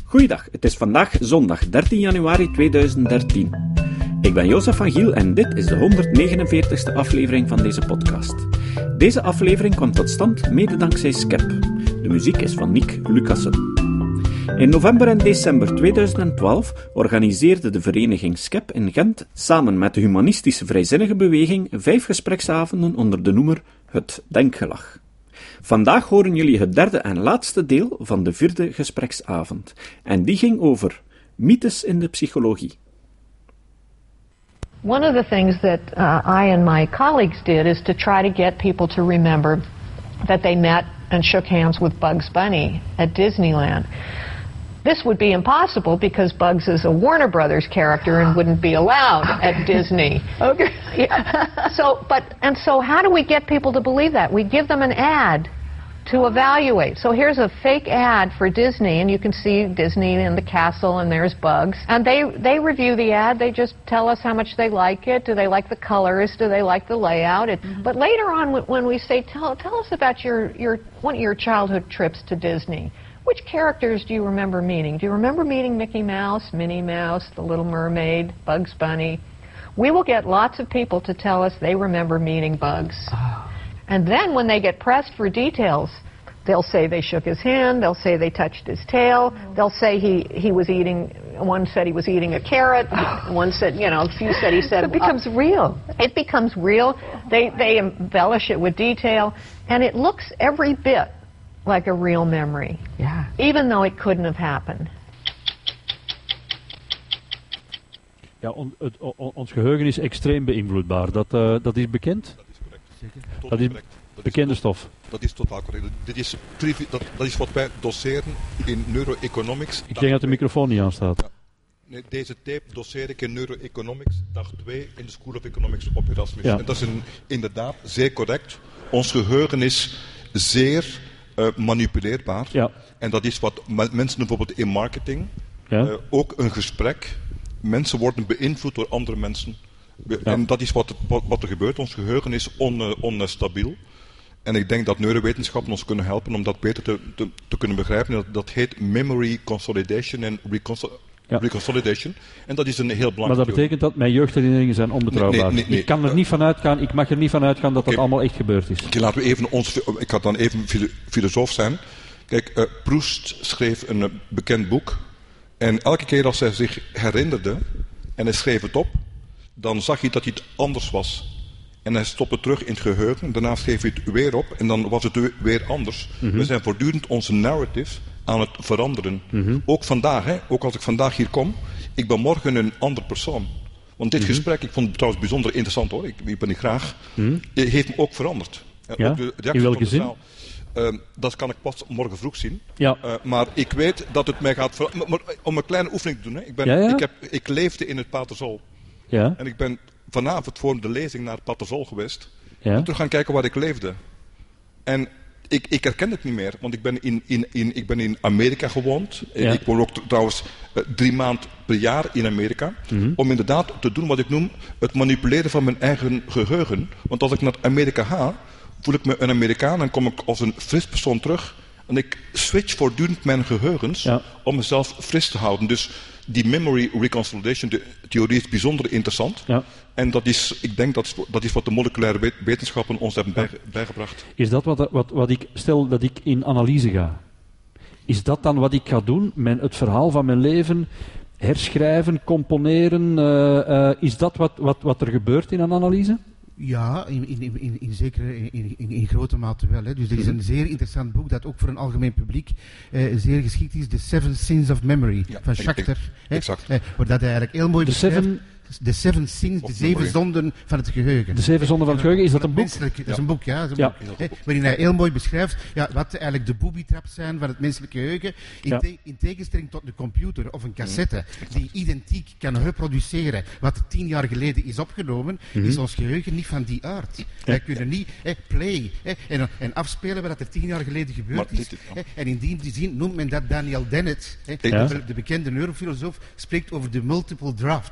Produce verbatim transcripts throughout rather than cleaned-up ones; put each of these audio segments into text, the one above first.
Goeiedag, het is vandaag zondag dertien januari tweeduizend dertien. Ik ben Jozef van Giel en dit is de honderdnegenenveertigste aflevering van deze podcast. Deze aflevering kwam tot stand mede dankzij Skep. De muziek is van Nick Lucassen. In november en december tweeduizend twaalf organiseerde de vereniging Skep in Gent samen met de humanistische vrijzinnige beweging vijf gespreksavonden onder de noemer Het Denkgelag. Vandaag horen jullie het derde en laatste deel van de vierde gespreksavond. En die ging over mythes in de psychologie. One of the things that uh, I and my colleagues did is to try to get people to remember that they met and shook hands with Bugs Bunny at Disneyland. This would be impossible because Bugs is a Warner Brothers character and wouldn't be allowed at Disney. Okay. Yeah. So, but and so, how do we get people to believe that? We give them an ad to evaluate. So here's a fake ad for Disney, and you can see Disney in the castle, and there's Bugs. And they they review the ad. They just tell us how much they like it. Do they like the colors? Do they like the layout? It, mm-hmm. But later on, when we say, tell tell us about your your one of your childhood trips to Disney. Which characters do you remember meeting? Do you remember meeting Mickey Mouse, Minnie Mouse, The Little Mermaid, Bugs Bunny? We will get lots of people to tell us they remember meeting Bugs. Oh. And then when they get pressed for details, they'll say they shook his hand, they'll say they touched his tail, oh. They'll say he, he was eating, one said he was eating a carrot, oh. One said, you know, a few said he said... So it becomes uh, real. It becomes real. They, they embellish it with detail, and it looks every bit like a real memory, yeah. Even though it couldn't have happened. Ja, on, het, on, ons geheugen is extreem beïnvloedbaar. Dat, uh, dat is bekend? Dat is correct. Zeker. Dat is correct. Dat bekende is stof. Dat is totaal correct. Dit is, dat, dat is wat wij doseren in neuroeconomics. Ik denk dat de microfoon niet aanstaat. Ja. Nee, deze tape doseer ik in neuroeconomics, dag twee in de School of Economics op Erasmus. Ja. En dat is een, inderdaad zeer correct. Ons geheugen is zeer uh, manipuleerbaar. Ja. En dat is wat mensen bijvoorbeeld in marketing, ja. uh, ook een gesprek, mensen worden beïnvloed door andere mensen. Ja. En dat is wat, wat, wat er gebeurt. Ons geheugen is on, onstabiel. En ik denk dat neurowetenschappen ons kunnen helpen om dat beter te, te, te kunnen begrijpen. Dat, dat heet memory consolidation en reconsolidation. Ja. Reconsolidation. En dat is een heel belangrijk. Maar dat betekent dat mijn jeugdherinneringen zijn onbetrouwbaar. Nee, nee, nee, nee. Ik kan er niet van uitgaan, ik mag er niet van uitgaan dat okay. dat allemaal echt gebeurd is. Okay, laten we even ons, ik ga dan even filosoof zijn. Kijk, uh, Proust schreef een uh, bekend boek. En elke keer als hij zich herinnerde en hij schreef het op, dan zag hij dat hij het anders was. En hij stopte terug in het geheugen, daarna schreef hij het weer op en dan was het weer anders. Mm-hmm. We zijn voortdurend onze narrative aan het veranderen. Mm-hmm. Ook vandaag, hè, ook als ik vandaag hier kom, ik ben morgen een ander persoon. Want dit mm-hmm. gesprek, ik vond het trouwens bijzonder interessant hoor, ik, ik ben niet graag, mm-hmm. heeft me ook veranderd. Ja? Ook de in welke zin? Uh, dat kan ik pas morgen vroeg zien. Ja. Uh, maar ik weet dat het mij gaat veranderen. Maar, maar, om een kleine oefening te doen, hè. Ik, ben, ja, ja. Ik, heb, ik leefde in het Paterzol. Ja. En ik ben vanavond voor de lezing naar het Paterzol geweest. Ja. En terug gaan kijken waar ik leefde. En ik, ik herken het niet meer, want ik ben in, in, in, ik ben in Amerika gewoond. Ja. Ik woon ook trouwens uh, drie maanden per jaar in Amerika. Mm-hmm. Om inderdaad te doen wat ik noem het manipuleren van mijn eigen geheugen. Want als ik naar Amerika ga, voel ik me een Amerikaan en kom ik als een fris persoon terug. En ik switch voortdurend mijn geheugens ja. om mezelf fris te houden. Dus die memory reconsolidation de theorie is bijzonder interessant. Ja. En dat is, ik denk dat, dat is wat de moleculaire wetenschappen ons hebben bij, bijgebracht. Is dat wat, wat, wat ik, stel dat ik in analyse ga. Is dat dan wat ik ga doen? Mijn, het verhaal van mijn leven herschrijven, componeren. Uh, uh, is dat wat, wat, wat er gebeurt in een analyse? Ja, in, in, in, in zekere, in, in, in grote mate wel. Hè. Dus er is een zeer interessant boek dat ook voor een algemeen publiek eh, zeer geschikt is. The Seven Sins of Memory, ja, van Schachter. Exact. Eh, waar dat hij eigenlijk heel mooi de beschrijft. Seven... De Seven Sins, de zeven memory. Zonden van het geheugen. De zeven zonden van het geheugen, is dat een boek? Dat is een boek, ja. Dat is een ja. boek, hè, waarin hij heel mooi beschrijft ja, wat eigenlijk de booby-traps zijn van het menselijke geheugen. In, ja. te, in tegenstelling tot de computer of een cassette die identiek kan reproduceren wat tien jaar geleden is opgenomen, mm-hmm. is ons geheugen niet van die aard. Ja. Wij kunnen niet hè, play hè, en, en afspelen wat er tien jaar geleden gebeurd maar, is. Dit, ja. hè, en in die zin noemt men dat Daniel Dennett, hè, ja. de, de bekende neurofilosoof, spreekt over de multiple drafts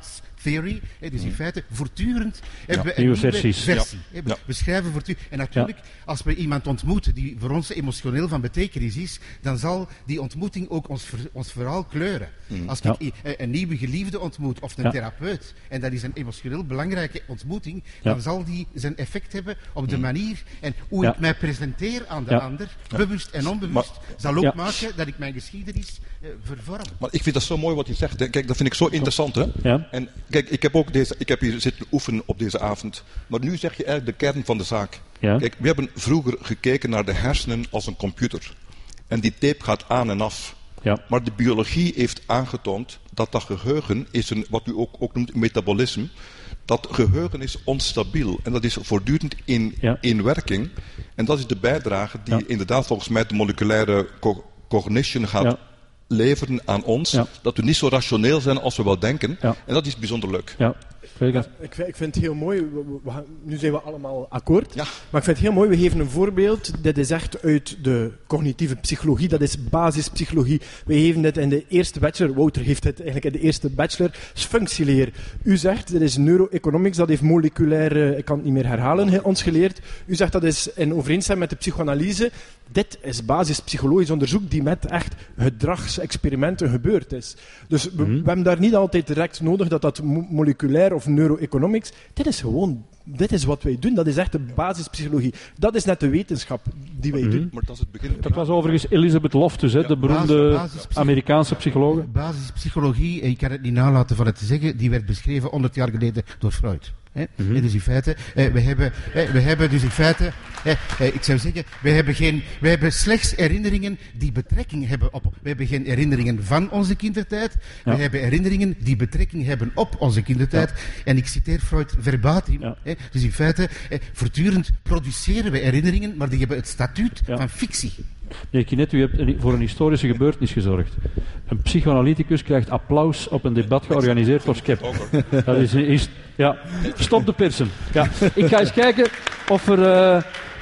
theory. Hè, dus in feite, voortdurend hebben we Ja, een nieuwe nieuwe versies. versie. Ja. Hè. Ja. We schrijven voortdurend. En natuurlijk, als we iemand ontmoeten die voor ons emotioneel van betekenis is, dan zal die ontmoeting ook ons, ver, ons verhaal kleuren. Mm. Als Ja. ik i- een nieuwe geliefde ontmoet, of een Ja. therapeut, en dat is een emotioneel belangrijke ontmoeting, Ja. dan zal die zijn effect hebben op de manier en hoe Ja. ik mij presenteer aan de Ja. ander, bewust en onbewust, zal ook Ja. maken dat ik mijn geschiedenis eh, vervorm. Maar ik vind dat zo mooi wat je zegt. hè. Kijk, dat vind ik zo interessant. Hè? Ja. En kijk, ik heb ook deze, ik heb hier zitten oefenen op deze avond. Maar nu zeg je eigenlijk de kern van de zaak. Ja. Kijk, we hebben vroeger gekeken naar de hersenen als een computer. En die tape gaat aan en af. Ja. Maar de biologie heeft aangetoond dat dat geheugen is een, wat u ook, ook noemt, metabolisme. Dat geheugen is onstabiel en dat is voortdurend in, Ja. in werking. En dat is de bijdrage die Ja. inderdaad volgens mij de moleculaire co- cognition gaat Ja. leveren aan ons. Ja. Dat we niet zo rationeel zijn als we wel denken. Ja. En dat is bijzonder leuk. Ja. Vegas. Ik, vind- ik vind het heel mooi. We- we- we gaan- nu zijn we allemaal akkoord. Ja. Maar ik vind het heel mooi. We geven een voorbeeld. Dit is echt uit de cognitieve psychologie. Dat is basispsychologie. We geven dit in de eerste bachelor. Wouter heeft het eigenlijk in de eerste bachelor. Dat is functieleer. U zegt, dit is neuroeconomics. Dat heeft moleculaire, ik kan het niet meer herhalen, he- ons geleerd. U zegt, dat is in overeenstemming met de psychoanalyse. Dit is basispsychologisch onderzoek die met echt gedragsexperimenten gebeurd is. Dus we, we hebben daar niet altijd direct nodig dat dat mo- moleculair of neuroeconomics. Dit is gewoon, dit is wat wij doen. Dat is echt de basispsychologie. Dat is net de wetenschap die wij doen. Maar dat is het begin. Dat was overigens Elizabeth Loftus, hè, de beroemde basis- basispsych- Amerikaanse psychologe. Basispsychologie, ik kan het niet nalaten van het te zeggen, die werd beschreven honderd jaar geleden door Freud. Hè? Mhm. Dus in feite, eh, we, hebben, eh, we hebben dus in feite, eh, eh, ik zou zeggen, we hebben, geen, we hebben slechts herinneringen die betrekking hebben op. We hebben geen herinneringen van onze kindertijd, Ja. we hebben herinneringen die betrekking hebben op onze kindertijd. En ik citeer Freud verbatim. Ja. Hè? Dus in feite, eh, voortdurend produceren we herinneringen, maar die hebben het statuut Ja. van fictie. Meneer Kinet, u hebt een- voor een historische gebeurtenis gezorgd. Een psychoanalyticus krijgt applaus op een debat georganiseerd door Skep. Dat is, is, ja, stop de persen. Ja, ik ga eens kijken of er... eh,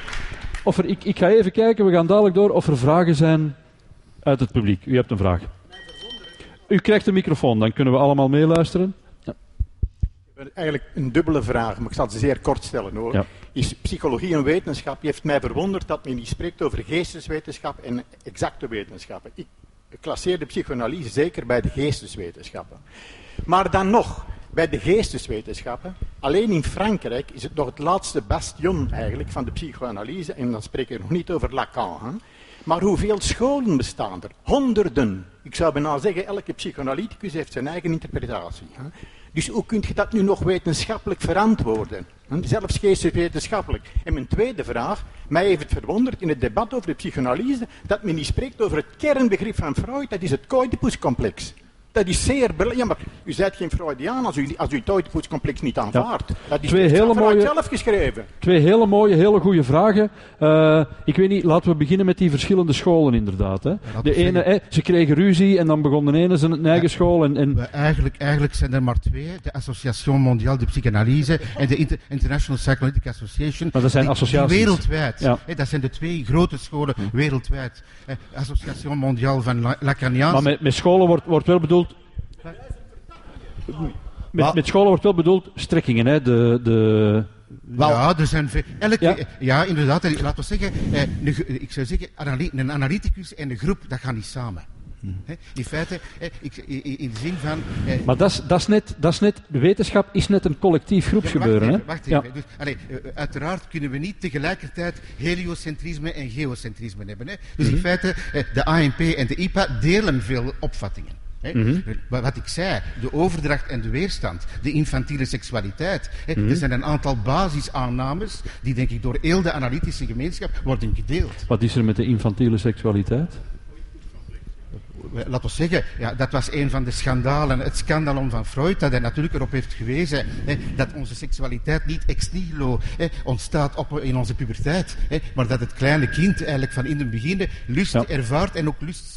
of er ik, ik ga even kijken, we gaan dadelijk door, of er vragen zijn uit het publiek. U hebt een vraag. U krijgt een microfoon, dan kunnen we allemaal meeluisteren. Eigenlijk een dubbele vraag, maar ik zal ze zeer kort stellen hoor. Ja. Is psychologie een wetenschap? Je heeft mij verwonderd dat men niet spreekt over geesteswetenschap en exacte wetenschappen. Ik klasseer de psychoanalyse zeker bij de geesteswetenschappen. Maar dan nog, bij de geesteswetenschappen, alleen in Frankrijk is het nog het laatste bastion eigenlijk van de psychoanalyse, en dan spreek ik nog niet over Lacan. Hè. Maar hoeveel scholen bestaan er? Honderden. Ik zou bijna zeggen, elke psychoanalyticus heeft zijn eigen interpretatie. Hè. Dus hoe kun je dat nu nog wetenschappelijk verantwoorden? Hè? Zelfs geesteswetenschappelijk. En mijn tweede vraag, mij heeft het verwonderd in het debat over de psychoanalyse, dat men niet spreekt over het kernbegrip van Freud, dat is het Oedipuscomplex. Dat is zeer belangrijk. Ja, maar u bent geen Freudiaan als u, als u het Oedipuscomplex niet aanvaardt. Dat is Twee door hele Freud mooie- zelf geschreven. Twee hele mooie, hele goede vragen. Uh, ik weet niet, laten we beginnen met die verschillende scholen inderdaad. Hè. laat De ik ene, zeggen- hè, ze kregen ruzie en dan begon de ene zijn eigen school. En, en We eigenlijk, eigenlijk zijn er maar twee. De Association Mondiale de Psychanalyse en de Inter- International Psychoanalytic Association. Maar dat zijn Die- associaties. Die wereldwijd. Ja. Hè, dat zijn de twee grote scholen wereldwijd. Hè, Association Mondiale van La- Lacaniaans. maar met, met scholen wordt, wordt wel bedoeld... Met, Maar- met scholen wordt wel bedoeld strekkingen, hè. De, de, Ja, er zijn veel. Elke, Ja. ja. inderdaad. En laten we zeggen, eh, een ge- ik zou zeggen, anali- een analyticus en een groep, dat gaat niet samen. Hè, in feite, eh, ik, in, in de zin van... eh, maar dat is, dat is net, dat is net... De wetenschap is net een collectief Ja, groepsgebeuren, wacht hè. even, wacht Ja. even. Dus, allee, eh, uiteraard kunnen we niet tegelijkertijd heliocentrisme en geocentrisme hebben. Hè? Dus in feite, eh, de A N P en de I P A delen veel opvattingen. Hè? Wa- Wat ik zei, de overdracht en de weerstand, de infantiele seksualiteit. Hè? Er zijn een aantal basisaannames die, denk ik, door heel de analytische gemeenschap worden gedeeld. Wat is er met de infantiele seksualiteit? Laten we zeggen, ja, dat was een van de schandalen, het scandalon van Freud, dat hij natuurlijk erop heeft gewezen hè, dat onze seksualiteit niet ex nihilo hè, ontstaat op, in onze puberteit, hè, maar dat het kleine kind eigenlijk van in het begin lust Ja. ervaart en ook lust zoekt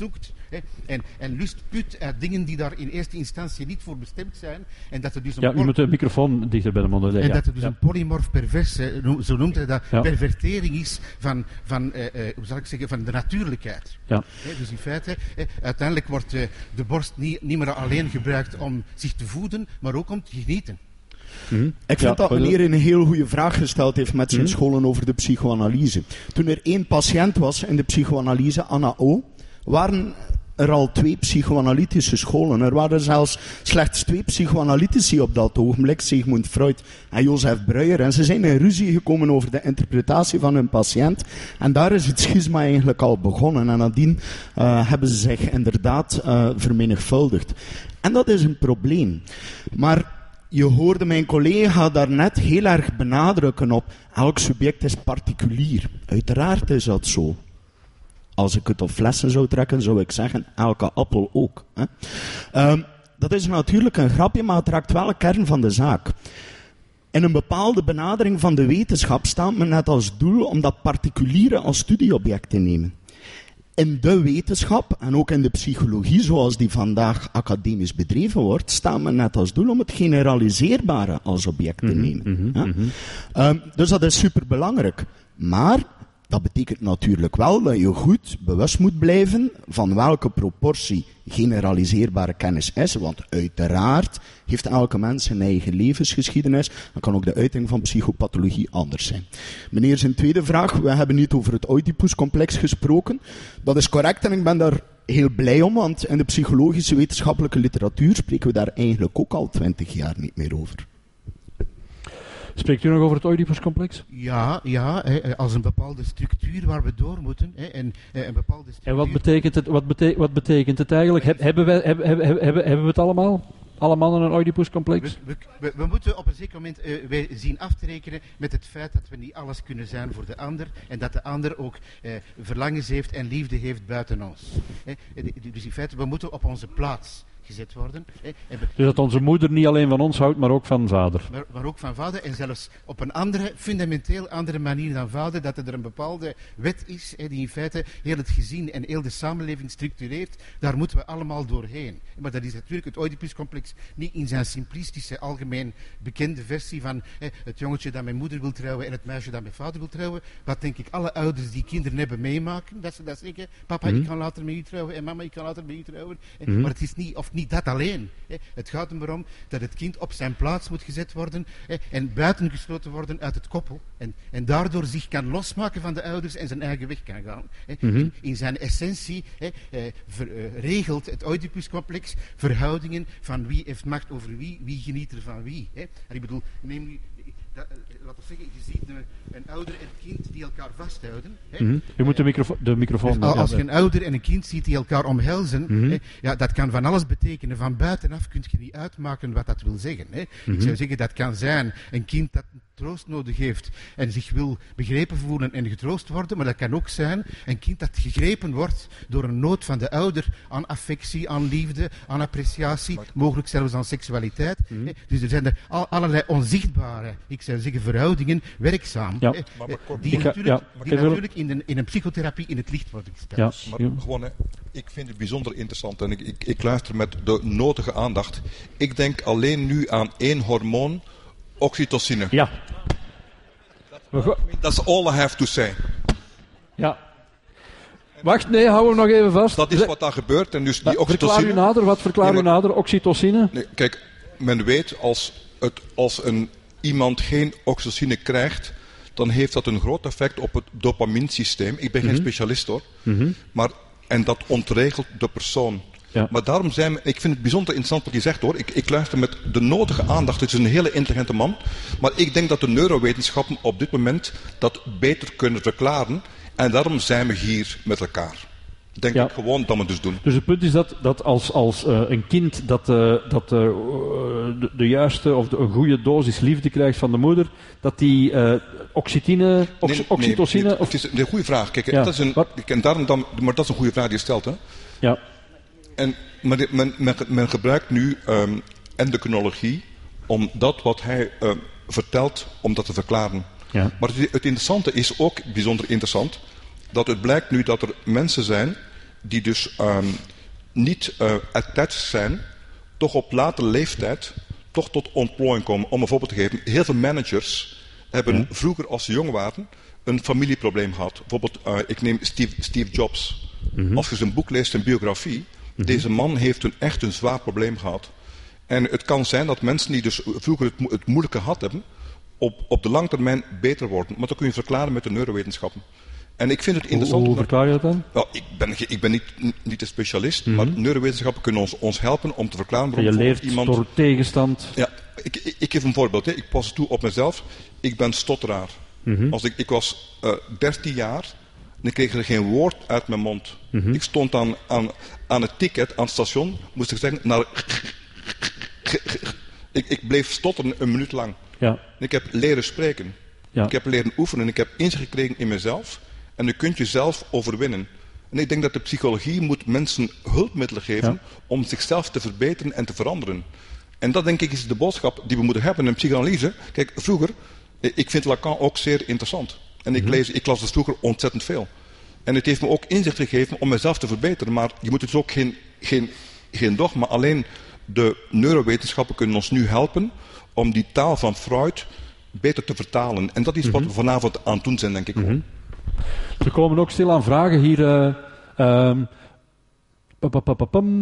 Hè. En, en lust put uit dingen die daar in eerste instantie niet voor bestemd zijn. En dat er dus een ja, je moet de microfoon dichter bij de mond leggen. En ja. dat er dus ja. een polymorf pervers, zo noemt hij dat, ja. pervertering is van, van uh, uh, hoe zal ik zeggen, van de natuurlijkheid. Ja. He, dus in feite, he, uiteindelijk wordt uh, de borst niet, niet meer alleen gebruikt om zich te voeden, maar ook om te genieten. Mm-hmm. Ik vind ja, dat meneer een heel goede vraag gesteld heeft met zijn mm-hmm. scholen over de psychoanalyse. Toen er één patiënt was in de psychoanalyse, Anna O., waren er al twee psychoanalytische scholen. Er waren zelfs slechts twee psychoanalytici op dat ogenblik, Sigmund Freud en Joseph Breuer. En ze zijn in ruzie gekomen over de interpretatie van hun patiënt. En daar is het schisma eigenlijk al begonnen. En nadien uh, hebben ze zich inderdaad uh, vermenigvuldigd. En dat is een probleem. Maar je hoorde mijn collega daarnet heel erg benadrukken op elk subject is particulier. Uiteraard is dat zo. Als ik het op flessen zou trekken, zou ik zeggen, elke appel ook. Hè? Um, dat is natuurlijk een grapje, maar het raakt wel een kern van de zaak. In een bepaalde benadering van de wetenschap staat men net als doel om dat particuliere als studieobject te nemen. In de wetenschap, en ook in de psychologie zoals die vandaag academisch bedreven wordt, staat men net als doel om het generaliseerbare als object te nemen. Mm-hmm, ja? mm-hmm. Um, dus dat is superbelangrijk. Maar dat betekent natuurlijk wel dat je goed bewust moet blijven van welke proportie generaliseerbare kennis is, want uiteraard heeft elke mens zijn eigen levensgeschiedenis, dan kan ook de uiting van psychopathologie anders zijn. Meneer, zijn tweede vraag, we hebben niet over het Oedipuscomplex gesproken. Dat is correct en ik ben daar heel blij om, want in de psychologische wetenschappelijke literatuur spreken we daar eigenlijk ook al twintig jaar niet meer over. Spreekt u nog over het Oedipuscomplex? Ja, ja he, als een bepaalde structuur waar we door moeten. He, en, een bepaalde structuur... en wat betekent het, wat betekent, wat betekent het eigenlijk? He, hebben, wij, hebben, hebben, hebben, hebben we het allemaal? Alle mannen een Oedipuscomplex? We, we, we moeten op een zeker moment uh, wij zien af te rekenen met het feit dat we niet alles kunnen zijn voor de ander. En dat de ander ook uh, verlangens heeft en liefde heeft buiten ons. He, dus in feite, we moeten op onze plaats gezet worden. Hè. En dus dat onze moeder niet alleen van ons houdt, maar ook van vader. Maar, maar ook van vader en zelfs op een andere, fundamenteel andere manier dan vader, dat er een bepaalde wet is hè, die in feite heel het gezin en heel de samenleving structureert. Daar moeten we allemaal doorheen. Maar dat is natuurlijk het Oedipuscomplex niet in zijn simplistische, algemeen bekende versie van hè, het jongetje dat met moeder wil trouwen en het meisje dat met vader wil trouwen. Wat denk ik alle ouders die kinderen hebben meemaken, dat ze dat zeggen. Papa, mm-hmm. ik kan later met u trouwen en mama, ik kan later met u trouwen. Mm-hmm. Maar het is niet, of niet dat alleen. Hè. Het gaat er maar om dat het kind op zijn plaats moet gezet worden hè, en buitengesloten worden uit het koppel. En, en daardoor zich kan losmaken van de ouders en zijn eigen weg kan gaan. Hè. Mm-hmm. in, in zijn essentie hè, eh, ver, uh, regelt het Oedipuscomplex verhoudingen van wie heeft macht over wie, wie geniet er van wie. Hè. En ik bedoel, neem nu... Dat, laten we zeggen, je ziet een, een ouder en een kind die elkaar vasthouden. Hè. Mm-hmm. Je moet de, microfo- de microfoon... Dus als je een ouder en een kind ziet die elkaar omhelzen, mm-hmm. hè, ja, dat kan van alles betekenen. Van buitenaf kun je niet uitmaken wat dat wil zeggen. Hè. Mm-hmm. Ik zou zeggen, dat kan zijn een kind dat troost nodig heeft en zich wil begrepen voelen en getroost worden, maar dat kan ook zijn een kind dat gegrepen wordt door een nood van de ouder aan affectie, aan liefde, aan appreciatie, maar... mogelijk zelfs aan seksualiteit. Mm-hmm. Dus er zijn er al, allerlei onzichtbare, ik zou zeggen, verhoudingen werkzaam, ja. hè, maar, maar, die ik, natuurlijk, ja. die natuurlijk in, de, in een psychotherapie in het licht worden gesteld. Ja. Maar gewoon, hè, ik vind het bijzonder interessant en ik, ik, ik luister met de nodige aandacht. Ik denk alleen nu aan één hormoon, oxytocine. Ja. That's all I have to say. Ja. Wacht, nee, hou hem nog even vast. Dat is wat daar gebeurt. En dus die oxytocine... Verklaar u nader, wat verklaar u nader? Oxytocine? Nee, kijk, men weet als, het, als een, iemand geen oxytocine krijgt, dan heeft dat een groot effect op het dopaminesysteem. Ik ben mm-hmm. geen specialist hoor. Mm-hmm. Maar, en dat ontregelt de persoon. Ja. Maar daarom zijn we, ik vind het bijzonder interessant wat je zegt hoor. Ik, ik luister met de nodige aandacht. Het is een hele intelligente man. Maar ik denk dat de neurowetenschappen op dit moment dat beter kunnen verklaren. En daarom zijn we hier met elkaar. Denk ja. ik gewoon dat we dus doen. Dus het punt is dat, dat als, als uh, een kind dat, uh, dat uh, de, de juiste of de, een goede dosis liefde krijgt van de moeder, dat die uh, oxytine, ox, nee, oxytocine... Nee, nee, of... het is een goede vraag. Kijk, ja. dat is een, en daarom dan, maar dat is een goede vraag die je stelt. Hè? Ja. En men, men, men, men gebruikt nu um, endocrinologie om dat wat hij uh, vertelt, om dat te verklaren. Ja. Maar het, het interessante is ook bijzonder interessant, dat het blijkt nu dat er mensen zijn die dus um, niet uh, attached zijn, toch op latere leeftijd toch tot ontplooiing komen. Om een voorbeeld te geven, heel veel managers hebben ja. vroeger als ze jong waren een familieprobleem gehad. Bijvoorbeeld, uh, ik neem Steve, Steve Jobs. Mm-hmm. Als je zijn boek leest, zijn biografie, mm-hmm. deze man heeft een echt een zwaar probleem gehad. En het kan zijn dat mensen die dus vroeger het, mo- het moeilijke gehad hebben, op, op de lange termijn beter worden. Maar dat kun je verklaren met de neurowetenschappen. En ik vind het interessant... Hoe, hoe verklaar je dat dan? Wel, ik ben, ik ben niet, niet een specialist, mm-hmm. maar neurowetenschappen kunnen ons, ons helpen om te verklaren waarom je leert iemand... door tegenstand... Ja, ik, ik, ik geef een voorbeeld. Hè. Ik pas het toe op mezelf. Ik ben stotteraar. Mm-hmm. Als ik, ik was uh, dertien jaar en ik kreeg er geen woord uit mijn mond. Mm-hmm. Ik stond aan, aan, aan het ticket, aan het station, moest ik zeggen... Naar... ik, ik bleef stotteren een minuut lang. Ja. Ik heb leren spreken. Ja. Ik heb leren oefenen. Ik heb inzicht gekregen in mezelf. En je kunt jezelf overwinnen. En ik denk dat de psychologie moet mensen hulpmiddelen geven ja. om zichzelf te verbeteren en te veranderen. En dat denk ik is de boodschap die we moeten hebben in psychoanalyse. Kijk, vroeger, ik vind Lacan ook zeer interessant. En ik, lees, ik las dus vroeger ontzettend veel. En het heeft me ook inzicht gegeven om mezelf te verbeteren. Maar je moet dus ook geen, geen, geen dogma, alleen de neurowetenschappen kunnen ons nu helpen om die taal van Freud beter te vertalen. En dat is mm-hmm. wat we vanavond aan het doen zijn, denk ik. Mm-hmm. Er komen ook stil aan vragen hier. Uh, um, papapapapam.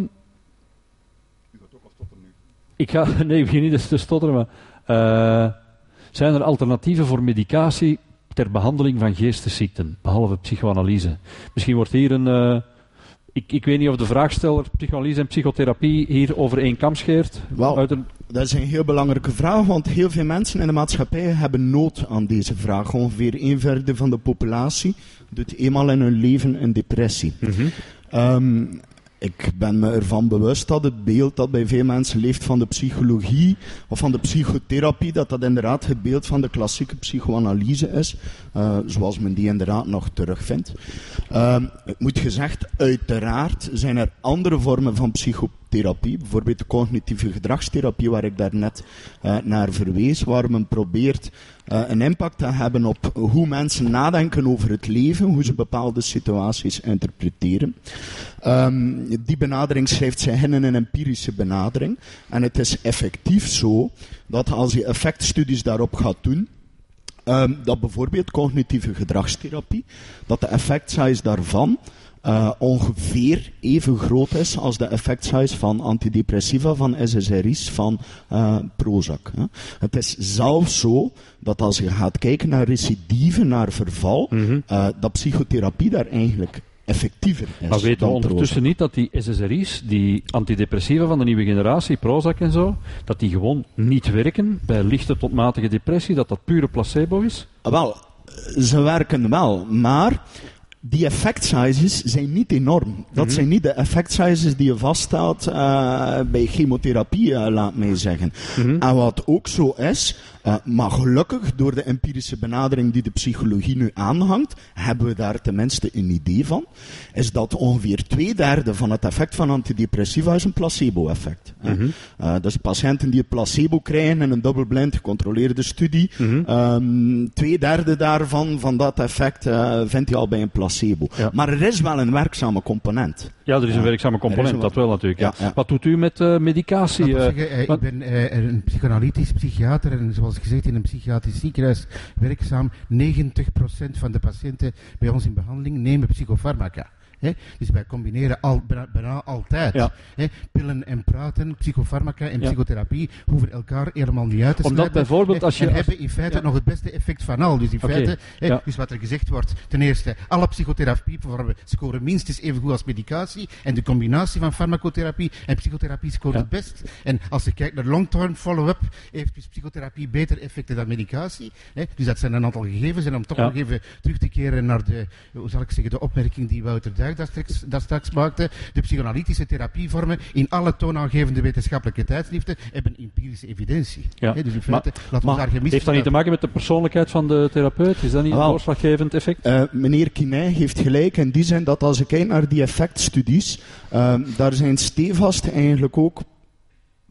U gaat ook al stotteren nu. Ik ga, nee, ik begin niet eens te stotteren, maar... Uh, zijn er alternatieven voor medicatie ter behandeling van geestesziekten, behalve psychoanalyse? Misschien wordt hier een... Uh, ik, ik weet niet of de vraagsteller psychoanalyse en psychotherapie hier over één kam scheert. Wel, uit een... dat is een heel belangrijke vraag, want heel veel mensen in de maatschappij hebben nood aan deze vraag. Ongeveer een vierde van de populatie doet eenmaal in hun leven een depressie. Mm-hmm. Um, Ik ben me ervan bewust dat het beeld dat bij veel mensen leeft van de psychologie of van de psychotherapie, dat dat inderdaad het beeld van de klassieke psychoanalyse is, uh, zoals men die inderdaad nog terugvindt. Uh, het moet gezegd, uiteraard zijn er andere vormen van psychotherapie, bijvoorbeeld de cognitieve gedragstherapie, waar ik daarnet uh, naar verwees, waar men probeert uh, een impact te hebben op hoe mensen nadenken over het leven, hoe ze bepaalde situaties interpreteren. Um, die benadering schrijft zich in een empirische benadering. En het is effectief zo dat als je effectstudies daarop gaat doen, um, dat bijvoorbeeld cognitieve gedragstherapie, dat de effect size daarvan uh, ongeveer even groot is als de effect size van antidepressiva, van S S R I's, van uh, Prozac. Hè. Het is zelfs zo dat als je gaat kijken naar recidive, naar verval, mm-hmm. uh, dat psychotherapie daar eigenlijk effectiever is. Maar weten we ondertussen niet dat die S S R I's, die antidepressiva van de nieuwe generatie, Prozac en zo, dat die gewoon niet werken bij lichte tot matige depressie, dat dat pure placebo is? Wel, ze werken wel, maar die effect sizes zijn niet enorm. Dat mm-hmm. zijn niet de effect sizes die je vaststelt uh, bij chemotherapie, uh, laat mij zeggen. Mm-hmm. En wat ook zo is, uh, maar gelukkig door de empirische benadering die de psychologie nu aanhangt, hebben we daar tenminste een idee van, is dat ongeveer twee derde van het effect van antidepressiva is een placebo-effect. Mm-hmm. Uh, dus patiënten die het placebo krijgen in een dubbelblind gecontroleerde studie, mm-hmm. um, twee derde daarvan, van dat effect, uh, vindt je al bij een placebo. Ja. Maar er is wel een werkzame component. Ja, er is een ja. werkzame component, wel... dat wel natuurlijk. Ja. Ja. Ja. Wat doet u met uh, medicatie? Uh, zeggen, uh, wat... Ik ben uh, een psychoanalytisch psychiater en zoals gezegd in een psychiatrisch ziekenhuis werkzaam. negentig procent van de patiënten bij ons in behandeling nemen psychofarmaca. He, dus wij combineren al, bijna, bijna altijd. Ja. He, pillen en praten, psychofarmaca en ja. psychotherapie hoeven elkaar helemaal niet uit te sluiten. Omdat bijvoorbeeld als je... En hebben in feite ja. nog het beste effect van al. Dus in okay. feite, he, ja. dus wat er gezegd wordt, ten eerste, alle psychotherapie scoren minstens even goed als medicatie. En de combinatie van farmacotherapie en psychotherapie scoort ja. het best. En als je kijkt naar long-term follow-up, heeft dus psychotherapie beter effecten dan medicatie. He, dus dat zijn een aantal gegevens. En om toch ja. nog even terug te keren naar de, hoe zal ik zeggen, de opmerking die Wouter Duig dat straks, dat straks maakte, de psychoanalytische therapievormen in alle toonaangevende wetenschappelijke tijdschriften hebben empirische evidentie. Ja. He, dus in feite, maar, laten we daar geen mis heeft dat niet te maken met de persoonlijkheid van de therapeut? Is dat niet een doorslaggevend effect? Uh, meneer Quinet heeft gelijk in die zin dat als ik kijk naar die effectstudies, uh, daar zijn stevast eigenlijk ook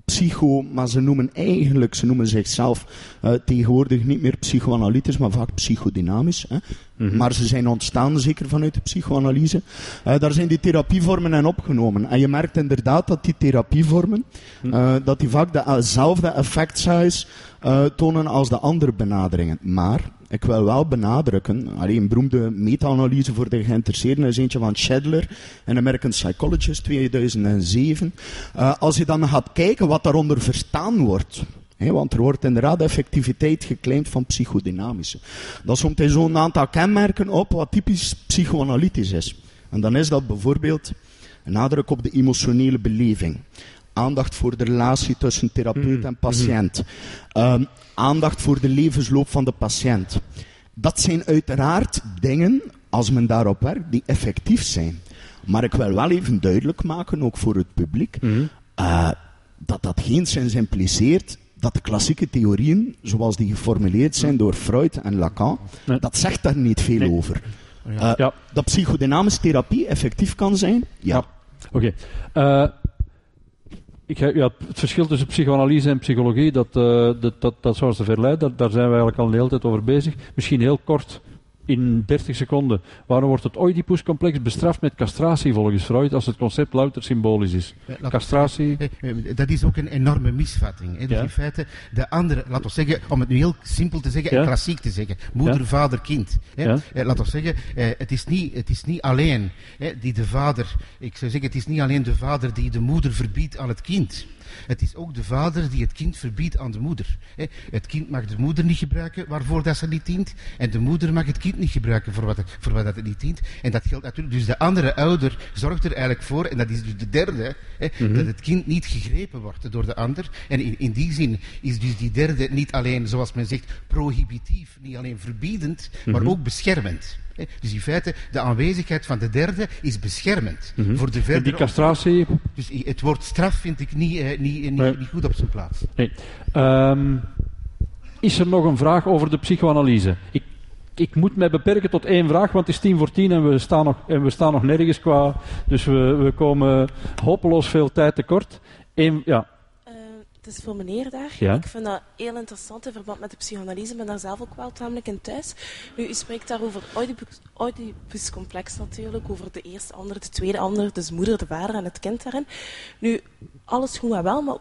psycho, maar ze noemen eigenlijk, ze noemen zichzelf uh, tegenwoordig niet meer psychoanalytisch, maar vaak psychodynamisch. Hè. Mm-hmm. Maar ze zijn ontstaan zeker vanuit de psychoanalyse. Uh, daar zijn die therapievormen in opgenomen. En je merkt inderdaad dat die therapievormen, uh, dat die vaak dezelfde effect size uh, tonen als de andere benaderingen. Maar ik wil wel benadrukken, allee, een beroemde meta-analyse voor de geïnteresseerden is eentje van Shadler, een American Psychologist, tweeduizend zeven. Uh, als je dan gaat kijken wat daaronder verstaan wordt, he, want er wordt inderdaad effectiviteit geclaimd van psychodynamische. Dat somt hij zo'n aantal kenmerken op wat typisch psychoanalytisch is. En dan is dat bijvoorbeeld een nadruk op de emotionele beleving. Aandacht voor de relatie tussen therapeut en patiënt. Um, aandacht voor de levensloop van de patiënt. Dat zijn uiteraard dingen, als men daarop werkt, die effectief zijn. Maar ik wil wel even duidelijk maken, ook voor het publiek, mm-hmm. uh, dat dat geen zins impliceert dat de klassieke theorieën, zoals die geformuleerd zijn door Freud en Lacan, nee. dat zegt daar niet veel nee. over. Uh, ja. Dat psychodynamische therapie effectief kan zijn? Ja. ja. Oké. Okay. Uh, Ik, ja, het verschil tussen psychoanalyse en psychologie, dat, uh, dat, dat, dat zou ze verleiden. Daar, daar zijn we eigenlijk al een hele tijd over bezig. Misschien heel kort, in dertig seconden. Waarom wordt het Oedipuscomplex bestraft met castratie volgens Freud, als het concept louter symbolisch is? Ja, castratie... Dat is ook een enorme misvatting. Hè. Dus ja. in feite, de andere, laten we zeggen, om het nu heel simpel te zeggen, ja. en klassiek te zeggen, moeder, ja. vader, kind. Hè. Ja. Eh, laten we zeggen, eh, het, is niet, het is niet alleen hè, die de vader, ik zou zeggen, het is niet alleen de vader die de moeder verbiedt aan het kind. Het is ook de vader die het kind verbiedt aan de moeder. Het kind mag de moeder niet gebruiken waarvoor dat ze niet dient. En de moeder mag het kind niet gebruiken voor wat, het, voor wat dat het niet dient. En dat geldt natuurlijk. Dus de andere ouder zorgt er eigenlijk voor, en dat is dus de derde, hè, mm-hmm. dat het kind niet gegrepen wordt door de ander. En in, in die zin is dus die derde niet alleen, zoals men zegt, prohibitief, niet alleen verbiedend, mm-hmm. maar ook beschermend. Dus in feite, de aanwezigheid van de derde is beschermend. Mm-hmm. Voor de verdere die castratie... Dus het woord straf vind ik niet, eh, niet, niet, nee. niet goed op zijn plaats. Nee. Um, is er nog een vraag over de psychoanalyse? Ik, ik moet mij beperken tot één vraag, want het is tien voor tien en we staan nog, en we staan nog nergens qua... Dus we, we komen hopeloos veel tijd tekort. Eén, ja... Het is voor meneer daar. Ja. Ik vind dat heel interessant in verband met de psychoanalyse. Ik ben daar zelf ook wel tamelijk in thuis. Nu, u spreekt daar over Oedipus, Oedipuscomplex natuurlijk, over de eerste ander, de tweede ander, dus moeder, de vader en het kind daarin. Nu, alles goed en wel, maar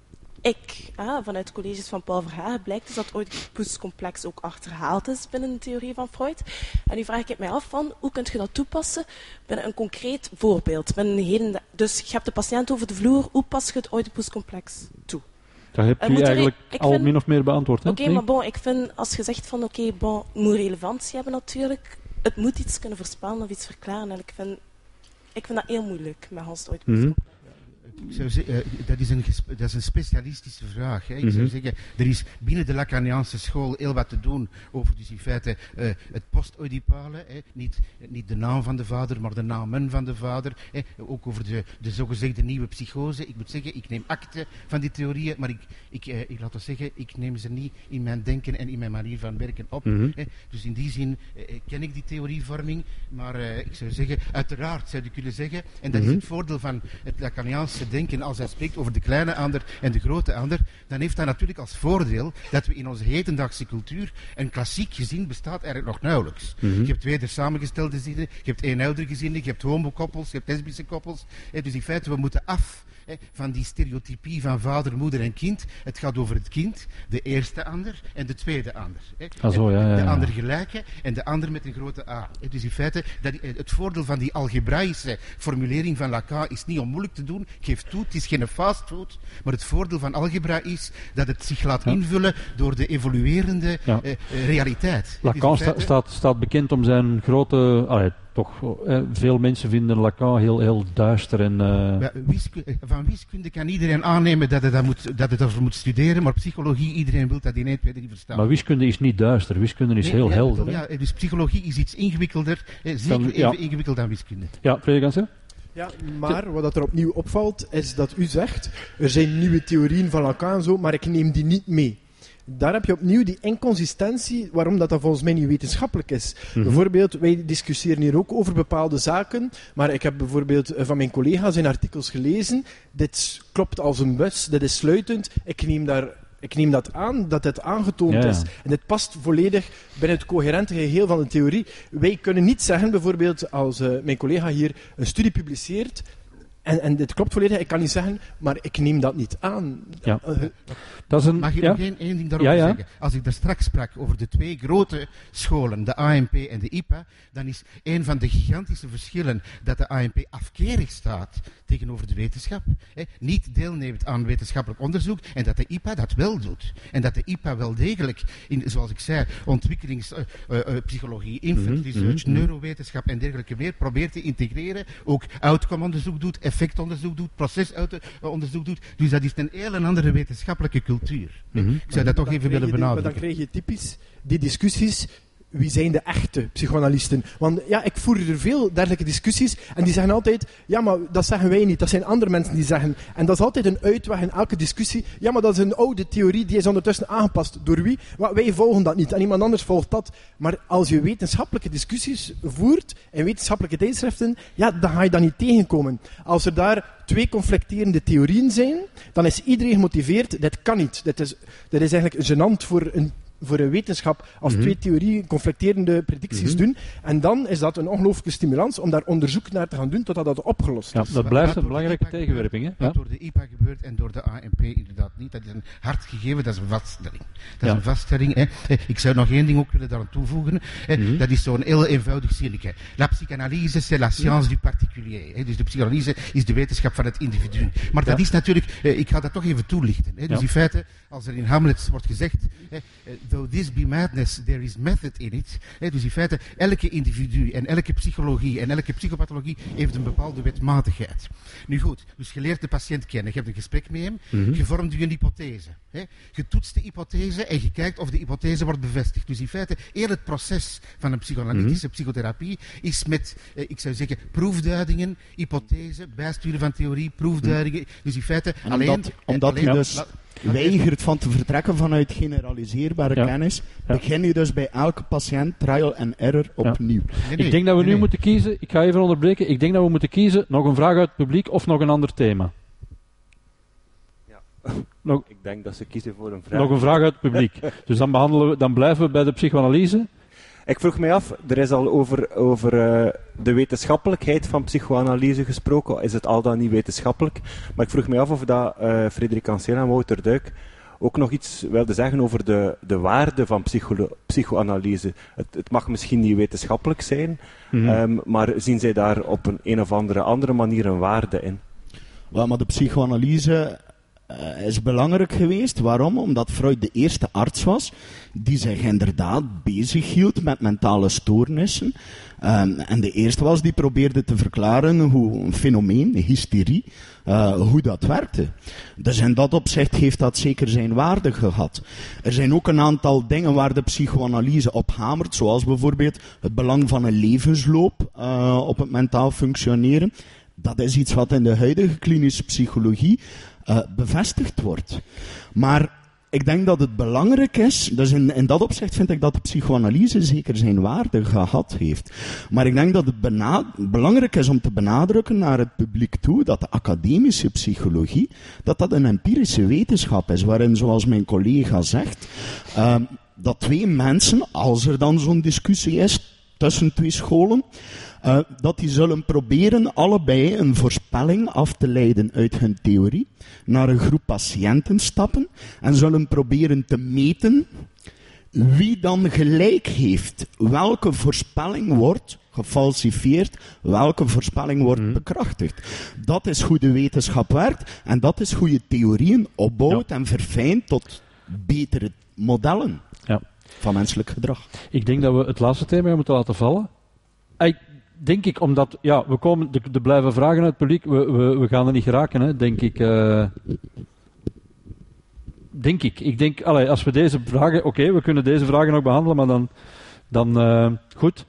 ik, ah, vanuit colleges van Paul Verhagen, blijkt dus dat het Oedipuscomplex ook achterhaald is binnen de theorie van Freud. En nu vraag ik mij af van, hoe kun je dat toepassen binnen een concreet voorbeeld? Binnen een heden, dus je hebt de patiënt over de vloer, hoe pas je het Oedipuscomplex toe? Dat hebt u eigenlijk er, al vind, min of meer beantwoord. Oké, okay, nee? maar bon, ik vind, als je zegt van, oké, okay, bon, het moet relevantie hebben natuurlijk, het moet iets kunnen voorspellen of iets verklaren. En ik vind, ik vind dat heel moeilijk met Hans Oedipuscomplex. Mm-hmm. Ik zou zeggen, uh, dat, is een gespe- dat is een specialistische vraag. Hè. Ik mm-hmm. zou zeggen, er is binnen de Lacaniaanse school heel wat te doen over dus in feite uh, het post-oedipale. Hè. Niet, niet de naam van de vader, maar de namen van de vader. Hè. Ook over de, de zogezegde nieuwe psychose. Ik moet zeggen, ik neem akte van die theorieën, maar ik, ik, uh, ik laat het zeggen, ik neem ze niet in mijn denken en in mijn manier van werken op. Mm-hmm. Hè. Dus in die zin uh, ken ik die theorievorming, maar uh, ik zou zeggen, uiteraard zou je kunnen zeggen, en dat mm-hmm. is het voordeel van het Lacaniaanse denken, als hij spreekt over de kleine ander en de grote ander, dan heeft dat natuurlijk als voordeel dat we in onze hedendaagse cultuur een klassiek gezin bestaat eigenlijk nog nauwelijks. Mm-hmm. Je hebt weder samengestelde gezinnen, je hebt eenouder gezinnen, je hebt homokoppels, je hebt lesbische koppels. Eh, dus in feite, we moeten af eh, van die stereotypie van vader, moeder en kind. Het gaat over het kind, de eerste ander en de tweede ander. Eh. Ah, zo, ja, ja, ja. De ander gelijke en de ander met een grote A. Eh, dus in feite, dat, eh, het voordeel van die algebraïsche formulering van Lacan is niet onmoeilijk te doen. Geef toe, het is geen fastfood, maar het voordeel van algebra is dat het zich laat ja. invullen door de evoluerende ja. uh, uh, realiteit. Lacan sta, staat, staat bekend om zijn grote... Allee, toch, eh, veel mensen vinden Lacan heel, heel duister. En, uh... ja, wiskunde, van wiskunde kan iedereen aannemen dat het, dat moet, dat het daarvoor moet studeren, maar psychologie, iedereen wil dat in één, twee, drie verstaan. Maar wiskunde is niet duister, wiskunde is nee, heel ja, helder. Ja, dus psychologie is iets ingewikkelder, eh, zeker dan, ja. even ingewikkeld dan wiskunde. Ja, Frederik. Ja, maar wat er opnieuw opvalt, is dat u zegt, er zijn nieuwe theorieën van Lacan en zo, maar ik neem die niet mee. Daar heb je opnieuw die inconsistentie, waarom dat, dat volgens mij niet wetenschappelijk is. Mm-hmm. Bijvoorbeeld, wij discussiëren hier ook over bepaalde zaken, maar ik heb bijvoorbeeld van mijn collega's in artikels gelezen, dit klopt als een bus, dit is sluitend, ik neem daar... Ik neem dat aan, dat het aangetoond ja, ja. is. En dit past volledig binnen het coherente geheel van de theorie. Wij kunnen niet zeggen, bijvoorbeeld, als uh, mijn collega hier een studie publiceert, en, en dit klopt volledig, ik kan niet zeggen, maar ik neem dat niet aan. Ja. Uh, dat is een, Mag ik ja? nog één, één ding daarover ja, ja. zeggen? Als ik daar straks sprak over de twee grote scholen, de A N P en de I P A, dan is een van de gigantische verschillen dat de A N P afkerig staat tegenover de wetenschap, hè, niet deelneemt aan wetenschappelijk onderzoek, en dat de I P A dat wel doet. En dat de I P A wel degelijk, in, zoals ik zei, ontwikkelingspsychologie, uh, uh, infant research, mm-hmm. neurowetenschap en dergelijke meer, probeert te integreren, ook outcome-onderzoek doet, effectonderzoek doet, procesonderzoek doet. Dus dat is een heel andere wetenschappelijke cultuur. Mm-hmm. Ik zou dat toch even willen benadrukken. Maar dan krijg je typisch die discussies. Wie zijn de echte psychoanalisten? Want ja, ik voer er veel dergelijke discussies en die zeggen altijd, ja, maar dat zeggen wij niet, dat zijn andere mensen die zeggen. En dat is altijd een uitweg in elke discussie. Ja, maar dat is een oude theorie, die is ondertussen aangepast. Door wie? Maar wij volgen dat niet en iemand anders volgt dat. Maar als je wetenschappelijke discussies voert in wetenschappelijke tijdschriften, ja, dan ga je dat niet tegenkomen. Als er daar twee conflicterende theorieën zijn, dan is iedereen gemotiveerd, dit kan niet. Dit is, dit is eigenlijk gênant voor een voor een wetenschap als mm-hmm. twee theorieën conflicterende predicties mm-hmm. doen. En dan is dat een ongelooflijke stimulans om daar onderzoek naar te gaan doen totdat dat opgelost ja, is. Dat blijft een belangrijke tegenwerping. Hè? Wat ja. door de I P A gebeurt en door de A N P inderdaad niet. Dat is een hard gegeven, dat is een vaststelling. Dat is ja. een vaststelling. Hè. Ik zou nog één ding ook willen daaraan toevoegen. Hè. Mm-hmm. Dat is zo'n heel eenvoudig zinnetje. La psychanalyse, c'est la science du particulier. Hè. Dus de psychanalyse is de wetenschap van het individu. Maar dat ja. is natuurlijk, eh, ik ga dat toch even toelichten. Hè. Dus ja. in feite, als er in Hamlet wordt gezegd, hè, though this be madness, there is method in it. He, dus in feite, elke individu en elke psychologie en elke psychopathologie heeft een bepaalde wetmatigheid. Nu goed, dus je leert de patiënt kennen, je hebt een gesprek met hem, mm-hmm. je vormt je een hypothese. He. Je toetst de hypothese en je kijkt of de hypothese wordt bevestigd. Dus in feite, heel het proces van een psychoanalytische mm-hmm. psychotherapie is met, eh, ik zou zeggen, proefduidingen, hypothese, bijsturen van theorie, proefduidingen. Mm-hmm. Dus in feite, en alleen... Omdat, omdat alleen, je dus... La, weigert van te vertrekken vanuit generaliseerbare ja. kennis, ja. begin je dus bij elke patiënt trial and error opnieuw. Ja. Nee, nee, ik denk dat we nee, nu nee. moeten kiezen, ik ga even onderbreken, ik denk dat we moeten kiezen, nog een vraag uit het publiek of nog een ander thema. Ja. Nog, ik denk dat ze kiezen voor een vraag. Nog een vraag uit het publiek. Dus dan, behandelen we, dan blijven we bij de psychoanalyse. Ik vroeg mij af, er is al over, over uh, de wetenschappelijkheid van psychoanalyse gesproken. Is het al dan niet wetenschappelijk? Maar ik vroeg mij af of dat uh, Frederik Ancel en Wouter Duik ook nog iets wilden zeggen over de, de waarde van psycho- psychoanalyse. Het, het mag misschien niet wetenschappelijk zijn, mm-hmm. um, maar zien zij daar op een, een of andere, andere manier een waarde in? Wel, maar de psychoanalyse... Uh, is belangrijk geweest. Waarom? Omdat Freud de eerste arts was die zich inderdaad bezig hield met mentale stoornissen. Um, en de eerste was die probeerde te verklaren hoe een fenomeen, hysterie, uh, hoe dat werkte. Dus in dat opzicht heeft dat zeker zijn waarde gehad. Er zijn ook een aantal dingen waar de psychoanalyse op hamert, zoals bijvoorbeeld het belang van een levensloop uh, op het mentaal functioneren. Dat is iets wat in de huidige klinische psychologie Uh, bevestigd wordt. Maar ik denk dat het belangrijk is, dus in, in dat opzicht vind ik dat de psychoanalyse zeker zijn waarde gehad heeft. Maar ik denk dat het bena- belangrijk is om te benadrukken naar het publiek toe dat de academische psychologie, dat dat een empirische wetenschap is, waarin, zoals mijn collega zegt, uh, dat twee mensen, als er dan zo'n discussie is tussen twee scholen, Uh, dat die zullen proberen allebei een voorspelling af te leiden uit hun theorie, naar een groep patiënten stappen en zullen proberen te meten wie dan gelijk heeft. Welke voorspelling wordt gefalsifieerd, welke voorspelling wordt mm. bekrachtigd. Dat is hoe de wetenschap werkt en dat is hoe je theorieën opbouwt ja. en verfijnt tot betere modellen ja. van menselijk gedrag. Ik denk dat we het laatste thema moeten laten vallen. Ik Denk ik, omdat, ja, we komen, de, de blijven vragen uit het publiek, we, we, we gaan er niet geraken, hè, denk ik. Uh, denk ik. Ik denk, allee, als we deze vragen, oké, okay, we kunnen deze vragen nog behandelen, maar dan, dan uh, goed.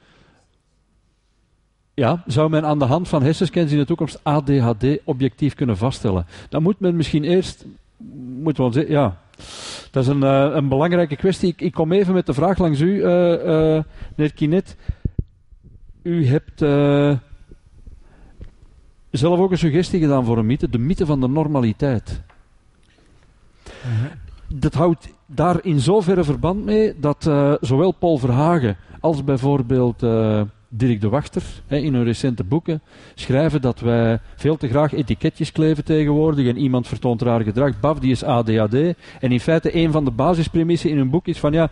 Ja, zou men aan de hand van hersenscans in de toekomst A D H D objectief kunnen vaststellen? Dan moet men misschien eerst, moeten we ons, ja, Dat is een, uh, een belangrijke kwestie. Ik, ik kom even met de vraag langs u, uh, uh, meneer Kinet. U hebt uh, zelf ook een suggestie gedaan voor een mythe, de mythe van de normaliteit. Uh-huh. Dat houdt daar in zoverre verband mee dat uh, zowel Paul Verhagen als bijvoorbeeld uh, Dirk de Wachter hè, in hun recente boeken schrijven dat wij veel te graag etiketjes kleven tegenwoordig en iemand vertoont raar gedrag, baf, die is A D H D. En in feite een van de basispremissen in hun boek is van ja,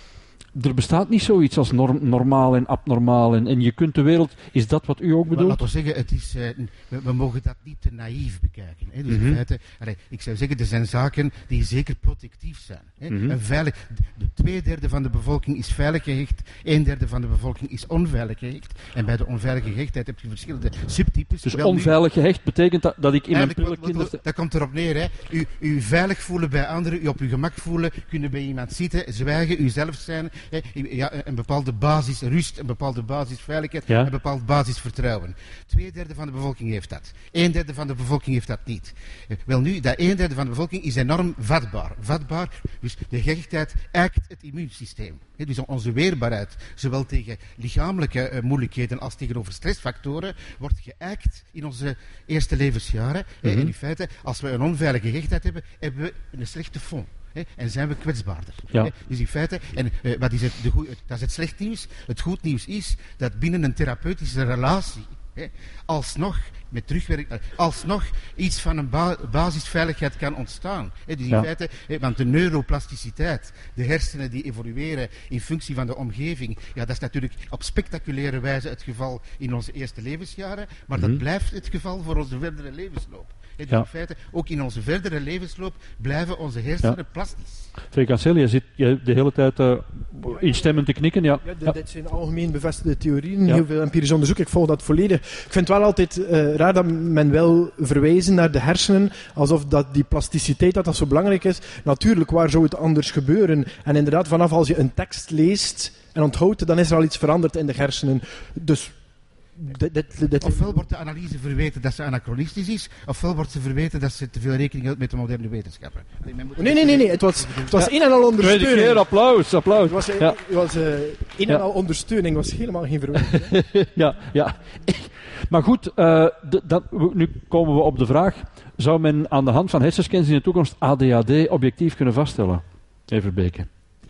er bestaat niet zoiets als norm, normaal en abnormaal. En, en je kunt de wereld... Is dat wat u ook bedoelt? Laten we zeggen, het is, uh, we, we mogen dat niet te naïef bekijken. Hè. Dus mm-hmm. in feite, allee, ik zou zeggen, er zijn zaken die zeker protectief zijn. Hè. Mm-hmm. Een veilig, de twee derde van de bevolking is veilig gehecht, een derde van de bevolking is onveilig gehecht. En bij de onveilige gehechtheid heb je verschillende subtypes. Dus onveilig gehecht betekent dat, dat ik in mijn pillenkinder... Dat komt erop neer. Hè. U, u veilig voelen bij anderen, u op uw gemak voelen, kunnen bij iemand zitten, zwijgen, uzelf zijn... Ja, een bepaalde basis rust, een bepaalde basis veiligheid, ja. een bepaald basis vertrouwen. Twee derde van de bevolking heeft dat. Een derde van de bevolking heeft dat niet. Wel nu, dat een derde van de bevolking is enorm vatbaar. Vatbaar, dus de gehechtheid eikt het immuunsysteem. Dus onze weerbaarheid, zowel tegen lichamelijke uh, moeilijkheden als tegenover stressfactoren, wordt geëikt in onze eerste levensjaren. Mm-hmm. En in feite, als we een onveilige gehechtheid hebben, hebben we een slechte fond. He, en zijn we kwetsbaarder. Ja. He, dus in feite, en uh, wat is het, de goeie, dat is het slecht nieuws. Het goed nieuws is dat binnen een therapeutische relatie, he, alsnog, met terugwerking, alsnog iets van een ba- basisveiligheid kan ontstaan. He, dus in ja. feite, he, want de neuroplasticiteit, de hersenen die evolueren in functie van de omgeving, ja, dat is natuurlijk op spectaculaire wijze het geval in onze eerste levensjaren, maar mm-hmm. dat blijft het geval voor onze verdere levensloop. Dus ja. in feite, ook in onze verdere levensloop blijven onze hersenen ja. plastisch. Freek Ancel, je zit je de hele tijd uh, instemmend te knikken. Ja. Ja, d- ja. Dit zijn algemeen bevestigde theorieën, ja. heel veel empirisch onderzoek. Ik volg dat volledig. Ik vind het wel altijd uh, raar dat men wil verwijzen naar de hersenen, alsof dat die plasticiteit dat, dat zo belangrijk is. Natuurlijk, waar zou het anders gebeuren? En inderdaad, vanaf als je een tekst leest en onthoudt, dan is er al iets veranderd in de hersenen. Dus... Dit, dit, dit ofwel wordt de analyse verweten dat ze anachronistisch is, ofwel wordt ze verweten dat ze te veel rekening houdt met de moderne wetenschappen. Nee, nee, nee, nee, nee. Het was, het was ja. een en al ondersteuning. Tweede keer, applaus, applaus. Het was, ja. het was uh, een en ja. al ondersteuning, het was helemaal geen verwijt. ja, ja. Maar goed, uh, de, dat, nu komen we op de vraag, zou men aan de hand van hersenscans in de toekomst A D H D objectief kunnen vaststellen? Even Beke. Ik,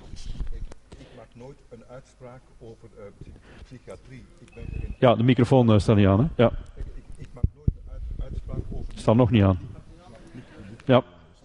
ik maak nooit een uitspraak over uh, psychiatrie. Ja, de microfoon uh, staat niet aan, hè? Ja. Ik, ik, ik maak nooit een uit, uitspraak over... Staat nog niet aan. Ja.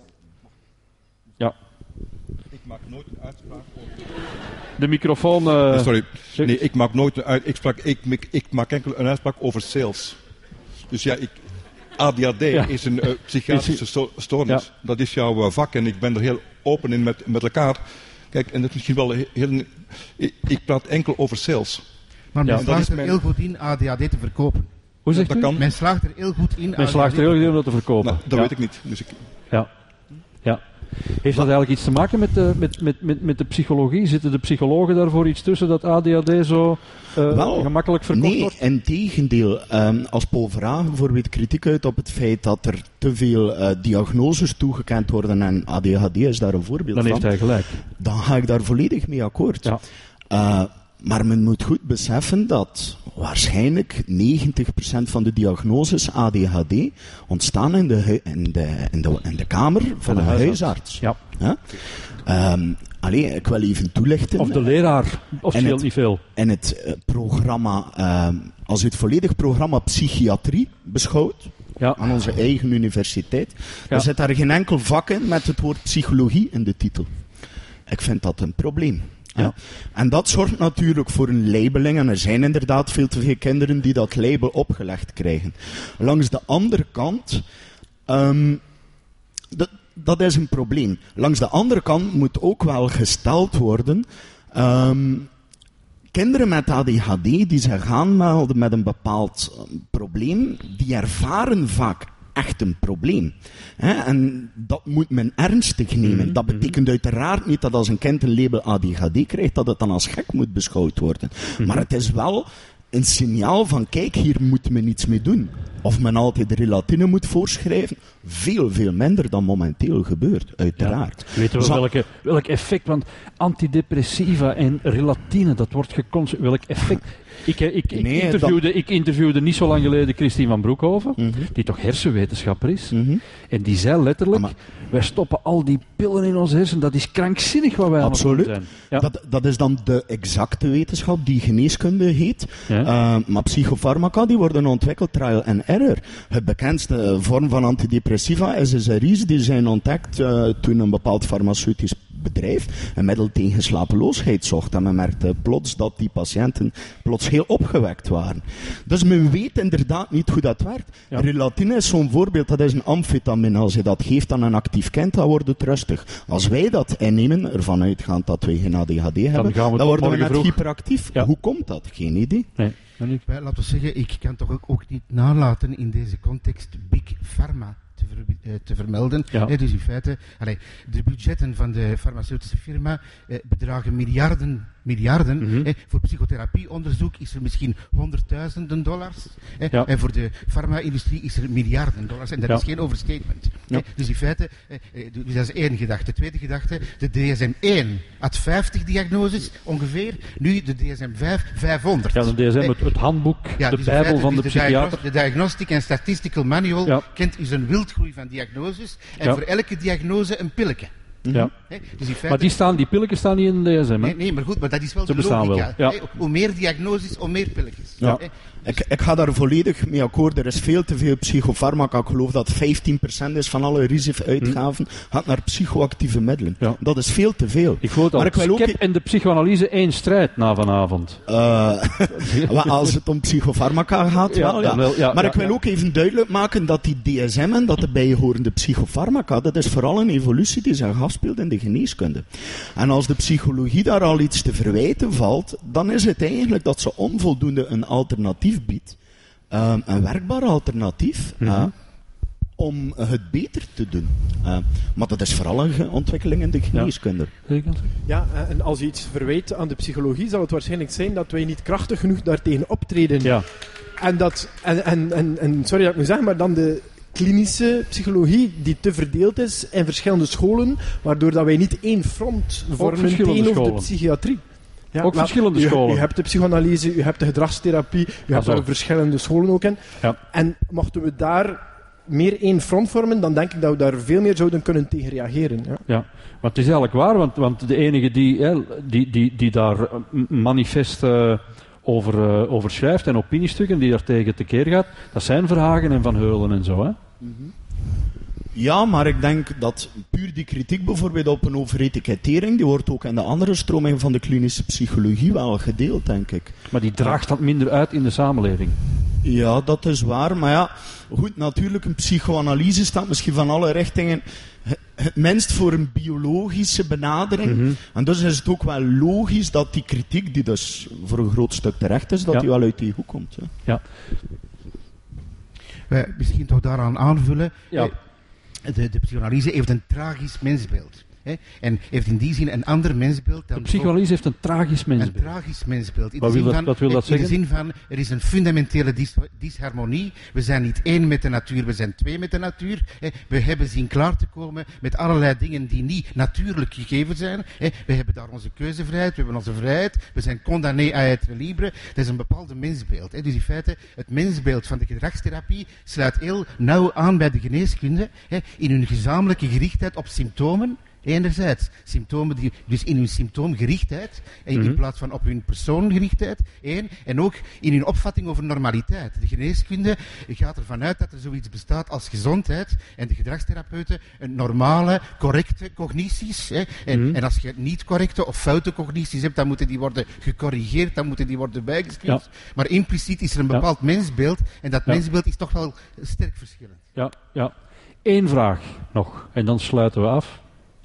Ja. Ik maak nooit een uitspraak over... De microfoon... Uh... Sorry. Nee, ik maak nooit een uitspraak... Ik, ik, ik maak enkel een uitspraak over sales. Dus ja, ik... A D H D ja. is een uh, psychiatrische sto- stoornis. Ja. Dat is jouw uh, vak en ik ben er heel open in met, met elkaar. Kijk, en dat is misschien wel heel... heel ik, ik praat enkel over sales. Maar men ja, slaagt er mijn... heel goed in A D H D te verkopen. Hoe zegt dat u? Kan. Men slaagt er heel goed in Men A D H D slaagt er heel goed in om dat te verkopen. Nou, dat ja. weet ik niet. Dus ik... Ja. Ja. Heeft dat eigenlijk iets te maken met de, met, met, met, met de psychologie? Zitten de psychologen daarvoor iets tussen dat A D H D zo uh, Wel, gemakkelijk verkocht nee, wordt? Nee, integendeel. Um, als Paul Verhagen bijvoorbeeld kritiek uit op het feit dat er te veel uh, diagnoses toegekend worden en A D H D is daar een voorbeeld dan van. Dan heeft hij gelijk. Dan ga ik daar volledig mee akkoord. Ja. Uh, Maar men moet goed beseffen dat waarschijnlijk negentig procent van de diagnoses A D H D ontstaan in de, in de, in de, in de kamer van de, de huisarts. huisarts. Ja. Ja? Um, allee, ik wil even toelichten. Of de leraar, of scheelt het, niet veel. En het uh, programma, uh, als u het volledig programma psychiatrie beschouwt, ja. aan onze eigen universiteit, ja. dan zit daar geen enkel vak in met het woord psychologie in de titel. Ik vind dat een probleem. Ja. En dat zorgt natuurlijk voor een labeling en er zijn inderdaad veel te veel kinderen die dat label opgelegd krijgen. Langs de andere kant, um, dat, dat is een probleem. Langs de andere kant moet ook wel gesteld worden, um, kinderen met A D H D die zich aanmelden met een bepaald um, probleem, die ervaren vaak echt een probleem. He, en dat moet men ernstig nemen. Mm-hmm. Dat betekent uiteraard niet dat als een kind een label A D H D krijgt, dat het dan als gek moet beschouwd worden. Mm-hmm. Maar het is wel een signaal van, kijk, hier moet men iets mee doen. Of men altijd de relatine moet voorschrijven. Veel, veel minder dan momenteel gebeurt, uiteraard. Ja. Weten we Zal... welke, welk effect, want antidepressiva en relatine, dat wordt geconsumeerd. Welk effect... Ik, ik, ik, Nee, interviewde, dat... ik interviewde niet zo lang geleden Christine van Broekhoven, mm-hmm. die toch hersenwetenschapper is. Mm-hmm. En die zei letterlijk, maar... wij stoppen al die pillen in ons hersen, dat is krankzinnig wat wij aan het doen zijn. Ja. Dat, dat is dan de exacte wetenschap die geneeskunde heet. Ja. Uh, maar psychofarmaca die worden ontwikkeld, trial and error. Het bekendste vorm van antidepressiva is S R I's, die zijn ontdekt uh, toen een bepaald farmaceutisch bedrijf een middel tegen slapeloosheid zocht. En men merkte plots dat die patiënten plots heel opgewekt waren. Dus men weet inderdaad niet hoe dat werkt. Ja. Relatine is zo'n voorbeeld, dat is een amfetamine. Als je dat geeft aan een actief kind, dan wordt het rustig. Als wij dat innemen, ervan uitgaand dat wij geen A D H D hebben, dan, dan worden we net vroeg. hyperactief. Ja. Hoe komt dat? Geen idee. Nee. Well, laten we zeggen, ik kan toch ook, ook niet nalaten in deze context Big Pharma te, ver, uh, te vermelden. Ja. Eh, dus in feite, allee, de budgetten van de farmaceutische firma eh, bedragen miljarden, miljarden. Mm-hmm. eh, voor psychotherapieonderzoek is er misschien honderdduizenden dollars. Eh, ja. En voor de farma-industrie is er miljarden dollars. En dat ja. is geen overstatement. Ja. Eh, dus in feite, eh, dus dat is één gedachte. Tweede gedachte, de D S M één had vijftig diagnoses ongeveer. Nu de D S M vijf, vijfhonderd. Ja, de D S M, het, het handboek, ja, de dus bijbel feite, van dus de, de psychiater. De Diagnostic and Statistical Manual ja. kent dus een wildgroei van diagnoses. En ja. voor elke diagnose een pilletje. Ja. He, dus feite... Maar die, staan, die pilletjes staan niet in de D S M, hè? Nee, nee, maar goed, maar dat is wel Ze de logica. Ja. He, hoe meer diagnoses, hoe meer pilletjes. Ja. He, ik, ik ga daar volledig mee akkoord. Er is veel te veel psychofarmaca. Ik geloof dat vijftien procent is van alle R I S F-uitgaven hm. gaat naar psychoactieve middelen. Ja. Dat is veel te veel. Ik geloof dat maar ik wil ook... en de psychoanalyse één strijd na vanavond. Uh, als het om psychofarmaca gaat, ja, wel, ja. wel, ja. Maar ja, ik wil ja. ook even duidelijk maken dat die D S M en dat de bijhorende psychofarmaca, dat is vooral een evolutie die zich afspeelt in de geneeskunde. En als de psychologie daar al iets te verwijten valt, dan is het eigenlijk dat ze onvoldoende een alternatief biedt, um, een werkbaar alternatief, mm-hmm. uh, om het beter te doen. Uh, maar dat is vooral een ontwikkeling in de geneeskunde. Ja. ja, en als je iets verwijt aan de psychologie, zal het waarschijnlijk zijn dat wij niet krachtig genoeg daartegen optreden. Ja. En, dat, en, en, en, en sorry dat ik moet zeggen, maar dan de klinische psychologie die te verdeeld is in verschillende scholen, waardoor dat wij niet één front vormen tegenover de psychiatrie. Ja, ook verschillende u, scholen. U hebt de psychoanalyse, u hebt de gedragstherapie, u hebt daar verschillende scholen ook in. Ja. En mochten we daar meer één front vormen, dan denk ik dat we daar veel meer zouden kunnen tegen reageren. Ja, ja. Maar het is eigenlijk waar, want, want de enige die, hè, die, die, die daar manifest uh, over, uh, over schrijft en opiniestukken, die daar tegen tekeer gaat, dat zijn Verhagen en Van Heulen en zo. Hè? Mm-hmm. Ja, maar ik denk dat puur die kritiek bijvoorbeeld op een overetikettering, die wordt ook in de andere stroming van de klinische psychologie wel gedeeld, denk ik. Maar die draagt dat minder uit in de samenleving. Ja, dat is waar. Maar ja, goed, natuurlijk, een psychoanalyse staat misschien van alle richtingen het minst voor een biologische benadering. Mm-hmm. En dus is het ook wel logisch dat die kritiek, die dus voor een groot stuk terecht is, dat ja. die wel uit die hoek komt. Ja. ja. Wij misschien toch daaraan aanvullen. Ja. De, de psychoanalyse heeft een tragisch mensbeeld. Hè? En heeft in die zin een ander mensbeeld dan... De psychoanalyse heeft een tragisch mensbeeld. Een tragisch mensbeeld. In wat, de wil zin dat, van, wat wil dat in zeggen? In de zin van, er is een fundamentele dis- disharmonie. We zijn niet één met de natuur, we zijn twee met de natuur. Hè? We hebben zien klaar te komen met allerlei dingen die niet natuurlijk gegeven zijn. Hè? We hebben daar onze keuzevrijheid, we hebben onze vrijheid. We zijn condamné à être libre. Dat is een bepaalde mensbeeld. Hè? Dus in feite, het mensbeeld van de gedragstherapie sluit heel nauw aan bij de geneeskunde. Hè? In hun gezamenlijke gerichtheid op symptomen. Enerzijds, symptomen die, dus in hun symptoomgerichtheid, in, mm-hmm. in plaats van op hun persoongerichtheid, één, en ook in hun opvatting over normaliteit. De geneeskunde gaat ervan uit dat er zoiets bestaat als gezondheid, en de gedragstherapeuten een normale, correcte cognities. Hè, en, mm-hmm. en als je niet correcte of foute cognities hebt, dan moeten die worden gecorrigeerd, dan moeten die worden bijgestuurd. Ja. Maar impliciet is er een bepaald ja. mensbeeld, en dat ja. mensbeeld is toch wel sterk verschillend. Ja, ja. Eén vraag nog, en dan sluiten we af.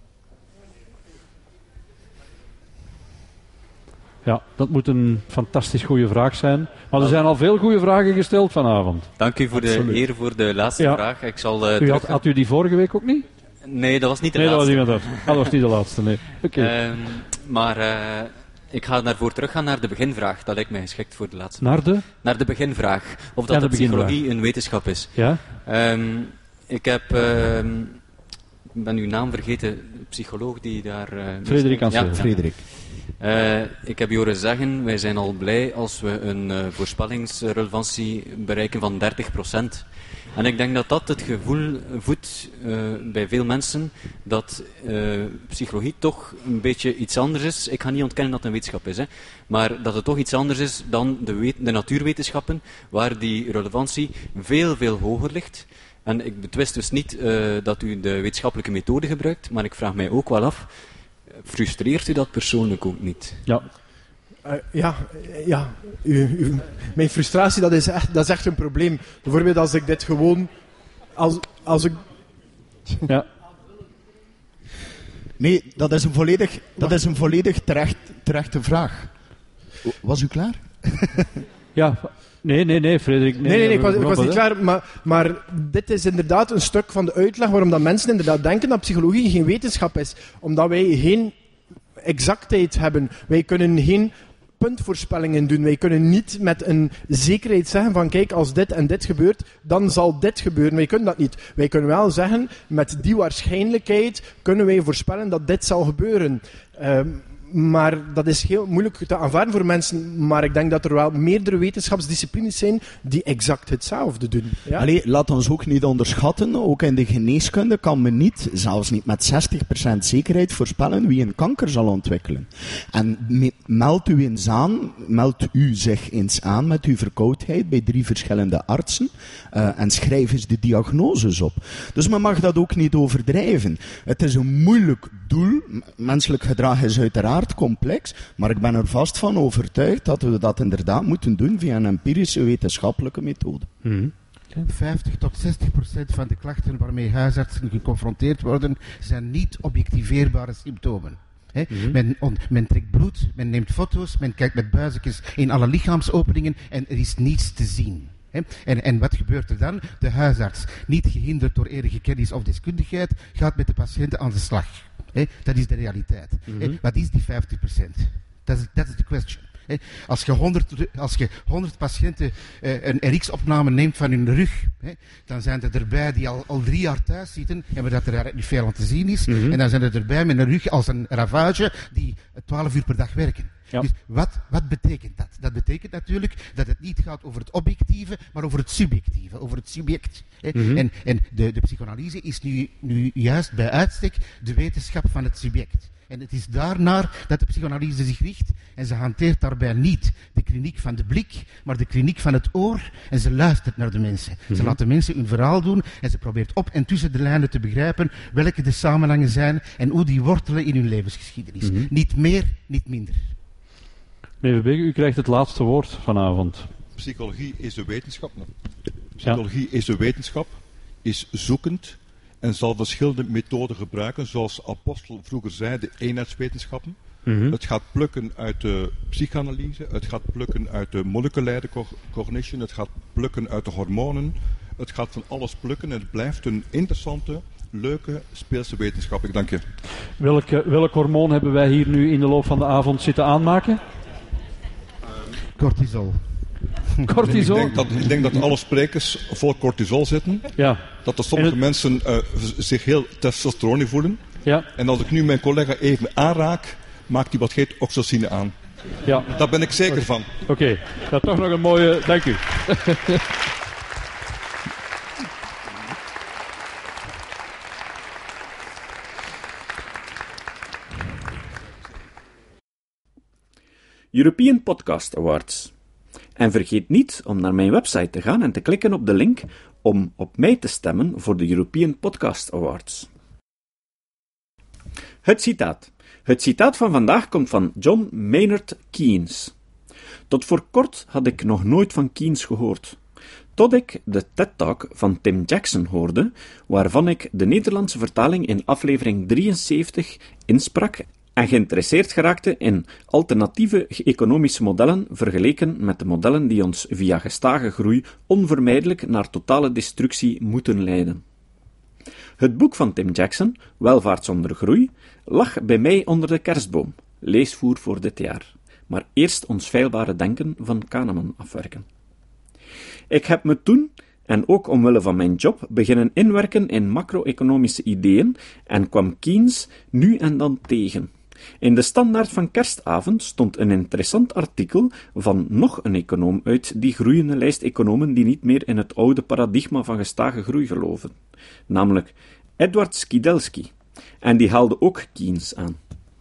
Ja, dat moet een fantastisch goede vraag zijn. Maar er zijn al veel goede vragen gesteld vanavond. Dank u voor Absoluut. de eer voor de laatste ja. vraag. Ik zal, uh, u had, had u die vorige week ook niet? Nee, dat was niet de nee, laatste. Nee, dat was niet de laatste. Nee. Oké. Okay. Um, maar uh, ik ga daarvoor teruggaan naar de beginvraag. Dat lijkt mij geschikt voor de laatste. Naar de? Naar de beginvraag. Of dat ja, de, de psychologie een wetenschap is. Ja? Um, ik heb... Um, ik ben uw naam vergeten. De psycholoog die daar... Uh, Frederik Ansel. Ja, Frederik. Uh, ik heb je horen zeggen, wij zijn al blij als we een uh, voorspellingsrelevantie bereiken van dertig procent. En ik denk dat dat het gevoel voedt uh, bij veel mensen dat uh, psychologie toch een beetje iets anders is. Ik ga niet ontkennen dat het een wetenschap is, hè, maar dat het toch iets anders is dan de, wet- de natuurwetenschappen, waar die relevantie veel, veel hoger ligt. En ik betwist dus niet uh, dat u de wetenschappelijke methode gebruikt, maar ik vraag mij ook wel af, frustreert u dat persoonlijk ook niet? Ja. Uh, ja, ja. U, u, mijn frustratie, dat is, echt, dat is echt een probleem. Bijvoorbeeld als ik dit gewoon... Als, als ik... Ja. Nee, dat is een volledig, dat is een volledig terecht, terechte vraag. Was u klaar? Ja, nee, nee, nee, Frederik. Nee, nee, nee, nee ik, was, ik was niet klaar. Maar, maar dit is inderdaad een stuk van de uitleg waarom dat mensen inderdaad denken dat psychologie geen wetenschap is. Omdat wij geen exactheid hebben. Wij kunnen geen puntvoorspellingen doen. Wij kunnen niet met een zekerheid zeggen van kijk, als dit en dit gebeurt, dan zal dit gebeuren. Wij kunnen dat niet. Wij kunnen wel zeggen, met die waarschijnlijkheid kunnen wij voorspellen dat dit zal gebeuren. Um, Maar dat is heel moeilijk te aanvaarden voor mensen. Maar ik denk dat er wel meerdere wetenschapsdisciplines zijn die exact hetzelfde doen. Ja? Allee, laat ons ook niet onderschatten. Ook in de geneeskunde kan men niet, zelfs niet met zestig procent zekerheid, voorspellen wie een kanker zal ontwikkelen. En me, meld u eens aan, meld u zich eens aan met uw verkoudheid bij drie verschillende artsen uh, en schrijf eens de diagnoses op. Dus men mag dat ook niet overdrijven. Het is een moeilijk doel. Menselijk gedrag is uiteraard complex, maar ik ben er vast van overtuigd dat we dat inderdaad moeten doen via een empirische wetenschappelijke methode. Mm-hmm. vijftig tot zestig procent van de klachten waarmee huisartsen geconfronteerd worden, zijn niet objectiveerbare symptomen. He, mm-hmm. men, on, men trekt bloed, men neemt foto's, men kijkt met buizekjes in alle lichaamsopeningen en er is niets te zien. He, en, en wat gebeurt er dan? De huisarts, niet gehinderd door enige kennis of deskundigheid, gaat met de patiënten aan de slag. He, dat is de realiteit. Mm-hmm. He, wat is die vijftig procent? Dat is de question. He, als je honderd, als je honderd patiënten uh, een R X-opname neemt van hun rug, he, dan zijn er erbij die al, al drie jaar thuis zitten en waar dat er eigenlijk niet veel aan te zien is. Mm-hmm. En dan zijn er erbij met een rug als een ravage die twaalf uur per dag werken. Ja. Dus wat, wat betekent dat? Dat betekent natuurlijk dat het niet gaat over het objectieve, maar over het subjectieve, over het subject. Mm-hmm. En, en de, de psychoanalyse is nu, nu juist bij uitstek de wetenschap van het subject. En het is daarnaar dat de psychoanalyse zich richt. En ze hanteert daarbij niet de kliniek van de blik, maar de kliniek van het oor. En ze luistert naar de mensen. Mm-hmm. Ze laat de mensen hun verhaal doen en ze probeert op en tussen de lijnen te begrijpen welke de samenhangen zijn en hoe die wortelen in hun levensgeschiedenis. Mm-hmm. Niet meer, niet minder. Meneer Verbeek, u krijgt het laatste woord vanavond. Psychologie is een wetenschap. Psychologie ja. is een wetenschap, is zoekend en zal verschillende methoden gebruiken, zoals Apostel vroeger zei, de eenheidswetenschappen. Mm-hmm. Het gaat plukken uit de psychanalyse, het gaat plukken uit de moleculaire cognition, het gaat plukken uit de hormonen, het gaat van alles plukken en het blijft een interessante, leuke, speelse wetenschap. Ik dank je. Welk, welk hormoon hebben wij hier nu in de loop van de avond zitten aanmaken? Cortisol. Cortisol? Ik denk, dat, ik denk dat alle sprekers vol cortisol zitten. Ja. Dat er sommige het... mensen uh, zich heel testosteron voelen. Ja. En als ik nu mijn collega even aanraak, maakt hij wat heet oxytocine aan. Ja. Daar ben ik zeker okay. van. Oké, okay. Dat toch nog een mooie... Dank u. European Podcast Awards. En vergeet niet om naar mijn website te gaan en te klikken op de link om op mij te stemmen voor de European Podcast Awards. Het citaat. Het citaat van vandaag komt van John Maynard Keynes. Tot voor kort had ik nog nooit van Keynes gehoord. Tot ik de TED-talk van Tim Jackson hoorde, waarvan ik de Nederlandse vertaling in aflevering drieënzeventig insprak en geïnteresseerd geraakte in alternatieve economische modellen vergeleken met de modellen die ons via gestage groei onvermijdelijk naar totale destructie moeten leiden. Het boek van Tim Jackson, Welvaart zonder groei, lag bij mij onder de kerstboom, leesvoer voor dit jaar. maar eerst ons feilbare denken van Kahneman afwerken. Ik heb me toen, en ook omwille van mijn job, beginnen inwerken in macro-economische ideeën en kwam Keynes nu en dan tegen. In de Standaard van kerstavond stond een interessant artikel van nog een econoom uit die groeiende lijst economen die niet meer in het oude paradigma van gestage groei geloven, namelijk Edward Skidelsky, en die haalde ook Keynes aan.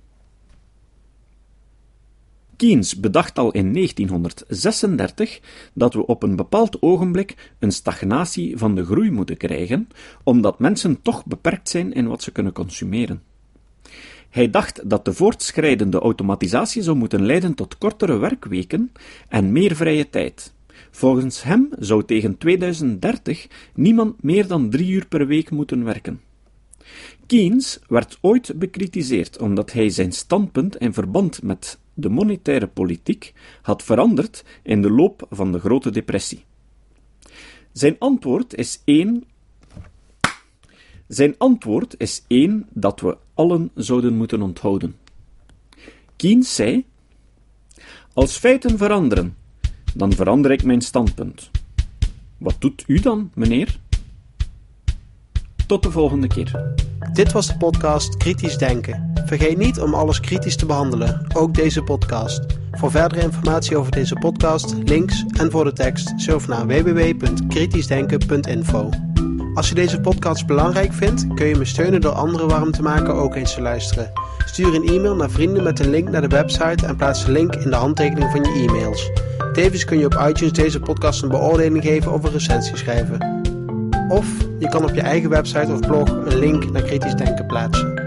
Keynes bedacht al in negentienhonderdzesendertig dat we op een bepaald ogenblik een stagnatie van de groei moeten krijgen, omdat mensen toch beperkt zijn in wat ze kunnen consumeren. Hij dacht dat de voortschrijdende automatisatie zou moeten leiden tot kortere werkweken en meer vrije tijd. Volgens hem zou tegen tweeduizend dertig niemand meer dan drie uur per week moeten werken. Keynes werd ooit bekritiseerd omdat hij zijn standpunt in verband met de monetaire politiek had veranderd in de loop van de Grote Depressie. Zijn antwoord is één Zijn antwoord is één dat we allen zouden moeten onthouden. Keynes zei: als feiten veranderen, dan verander ik mijn standpunt. Wat doet u dan, meneer? Tot de volgende keer. Dit was de podcast Kritisch Denken. Vergeet niet om alles kritisch te behandelen, ook deze podcast. Voor verdere informatie over deze podcast, links en voor de tekst, surf naar w w w punt kritisch denken punt info. Als je deze podcast belangrijk vindt, kun je me steunen door anderen warm te maken ook eens te luisteren. Stuur een e-mail naar vrienden met een link naar de website en plaats de link in de handtekening van je e-mails. Tevens kun je op iTunes deze podcast een beoordeling geven of een recensie schrijven. Of je kan op je eigen website of blog een link naar Kritisch Denken plaatsen.